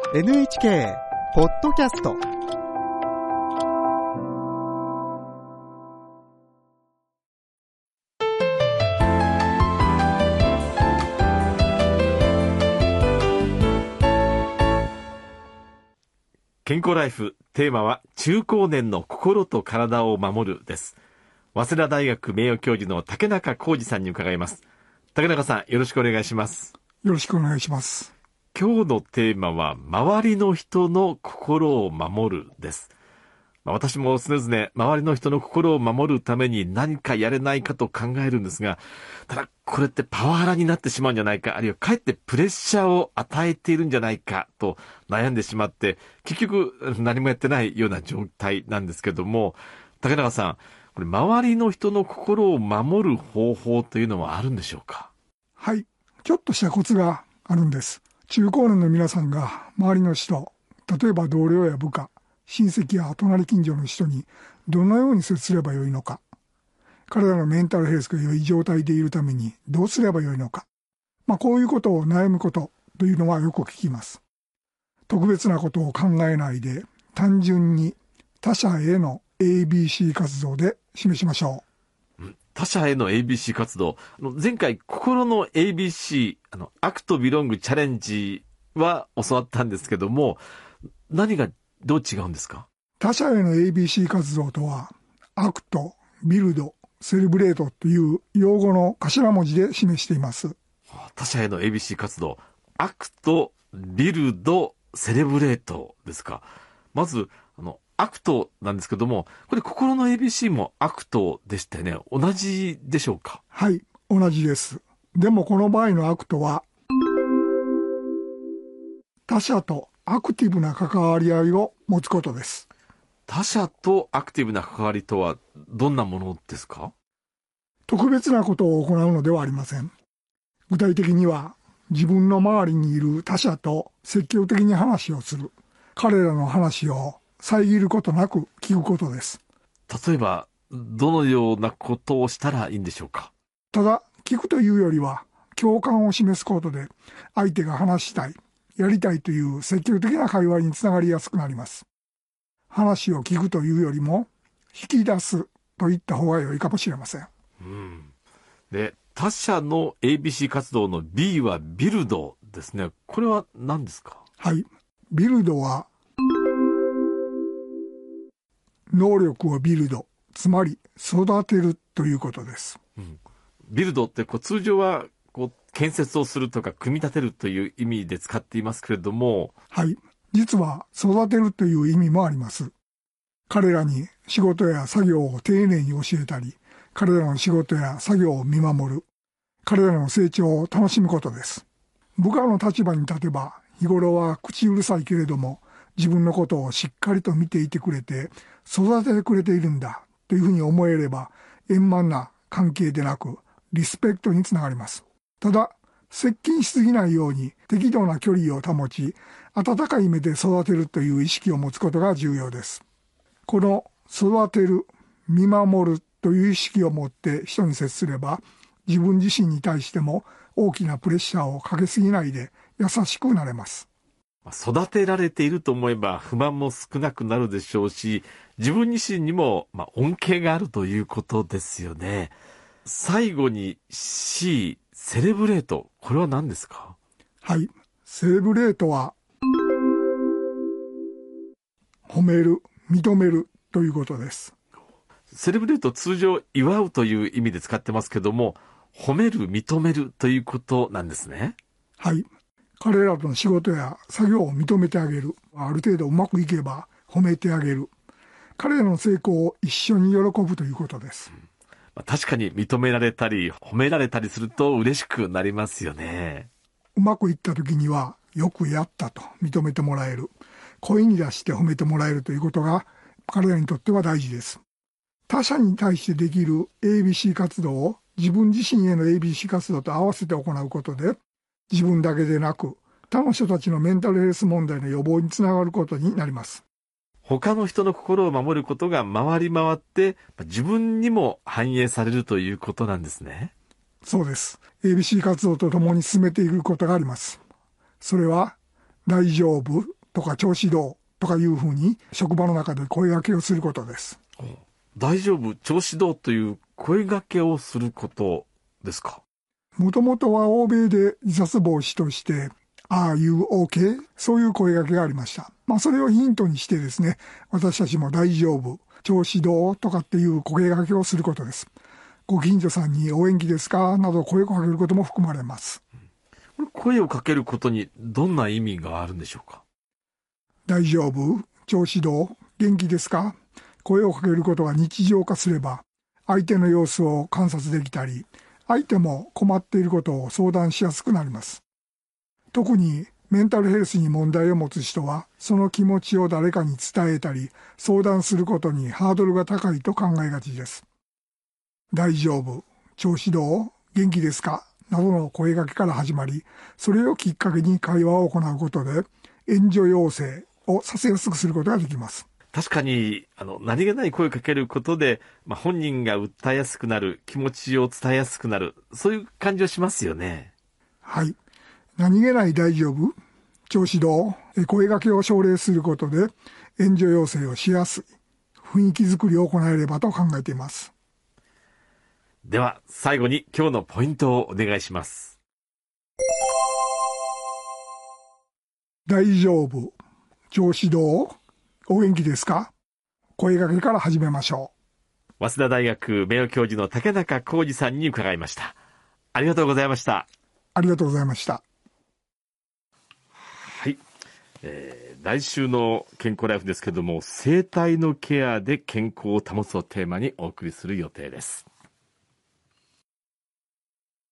NHK ポッドキャスト。 健康ライフ、テーマは中高年の心と体を守るです。早稲田大学名誉教授の竹中浩二さんに伺います。竹中さん、よろしくお願いします。 よろしくお願いします。 今日のテーマは周りの人の心を守るです。私も常々周りの人の心を守るために何かやれないかと考えるんですが、ただこれってパワハラになってしまうんじゃないか、あるいはかえってプレッシャーを与えているんじゃないかと悩んでしまって、結局何もやってないような状態なんですけども、竹中さん、これ周りの人の心を守る方法というのはあるんでしょうか？ はい、ちょっとしたコツがあるんです。中高年の皆さんが周りの人、例えば同僚や部下、親戚や隣近所の人にどのように接すればよいのか、彼らのメンタルヘルスが良い状態でいるためにどうすればよいのか、こういうことを悩むことというのはよく聞きます。特別なことを考えないで、単純に他者への ABC 活動で示しましょう。 他者への ABC 活動。前回、心の ABC、アクトビロングチャレンジは教わったんですけども、何がどう違うんですか？ 他者への ABC 活動とは、アクト、ビルド、セレブレートという用語の頭文字で示しています。 他者への ABC 活動、アクト、ビルド、セレブレートですか。まず、アクトなんですけども、これ心の ABC もアクトでしたよね。同じでしょうか？ はい、同じです。でもこの場合のアクトは、他者とアクティブな関わり合いを持つことです。 他者とアクティブな関わりとはどんなものですか？ 特別なことを行うのではありません。具体的には、自分の周りにいる他者と積極的に話をする。彼らの話を遮ることなく聞くことです。 例えば、どのようなことをしたらいいんでしょうか？ ただ、聞くというよりは、共感を示すことで、相手が話したい、やりたいという積極的な会話につながりやすくなります。話を聞くというよりも、引き出すと言った方が良いかもしれません。 で、他者の ABC 活動の B はビルドですね。これは何ですか？ はい。ビルドは、能力をビルド、つまり育てるということです。 ビルドって通常は建設をするとか組み立てるという意味で使っていますけれども、 はい。実は育てるという意味もあります。彼らに仕事や作業を丁寧に教えたり、彼らの仕事や作業を見守る、彼らの成長を楽しむことです。部下の立場に立てば、日頃は口うるさいけれども、自分のことをしっかりと見ていてくれて、育ててくれているんだというふうに思えれば、円満な関係でなく、リスペクトにつながります。ただ、接近しすぎないように適度な距離を保ち、温かい目で育てるという意識を持つことが重要です。この育てる、見守るという意識を持って人に接すれば、自分自身に対しても大きなプレッシャーをかけすぎないで優しくなれます。 育てられていると思えば不満も少なくなるでしょうし、自分自身にも恩恵があるということですよね。最後に C、セレブレート。これは何ですか？ はい。セレブレートは、褒める、認めるということです。 セレブレート、通常祝うという意味で使ってますけども、褒める、認めるということなんですね。 はい。彼らとの仕事や作業を認めてあげる。ある程度うまくいけば褒めてあげる。彼らの成功を一緒に喜ぶということです。 確かに認められたり褒められたりすると嬉しくなりますよね。 うまくいった時にはよくやったと認めてもらえる。声に出して褒めてもらえるということが彼らにとっては大事です。他者に対してできる ABC 活動を自分自身への ABC 活動と合わせて行うことで、自分だけでなく他の人たちのメンタルヘルス問題の予防につながることになります。 他の人の心を守ることが回り回って自分にも反映されるということなんですね。 そうです。ABC 活動とともに進めていくことがあります。それは、大丈夫、 とか調子どうとかいうふうに職場の中で声掛けをすることです。 大丈夫、調子どうという声掛けをすることですか。 もともとは欧米で自殺防止としてAre you OK? そういう声掛けがありました。それをヒントにしてですね、私たちも大丈夫、調子どうとかっていう声掛けをすることです。ご近所さんにお元気ですかなど声をかけることも含まれます。 声をかけることにどんな意味があるんでしょうか。 大丈夫、調子どう、元気ですか。声をかけることが日常化すれば、相手の様子を観察できたり、相手も困っていることを相談しやすくなります。特にメンタルヘルスに問題を持つ人は、その気持ちを誰かに伝えたり、相談することにハードルが高いと考えがちです。大丈夫、調子どう、元気ですかなどの声掛けから始まり、それをきっかけに会話を行うことで、援助要請をさせやすくすることができます。 確かに何気ない声をかけることで、本人が訴えやすくなる、気持ちを伝えやすくなる、そういう感じはしますよね。 はい。何気ない大丈夫、調子どう、声掛けを奨励することで援助要請をしやすい雰囲気づくりを行えればと考えています。 では最後に今日のポイントをお願いします。 大丈夫、調子どう、お元気ですか。声掛けから始めましょう。早稲田大学名誉教授の竹中浩二さんに伺いました。ありがとうございました。 ありがとうございました。 はい、来週の健康ライフですけども、生体のケアで健康を保つをテーマにお送りする予定です。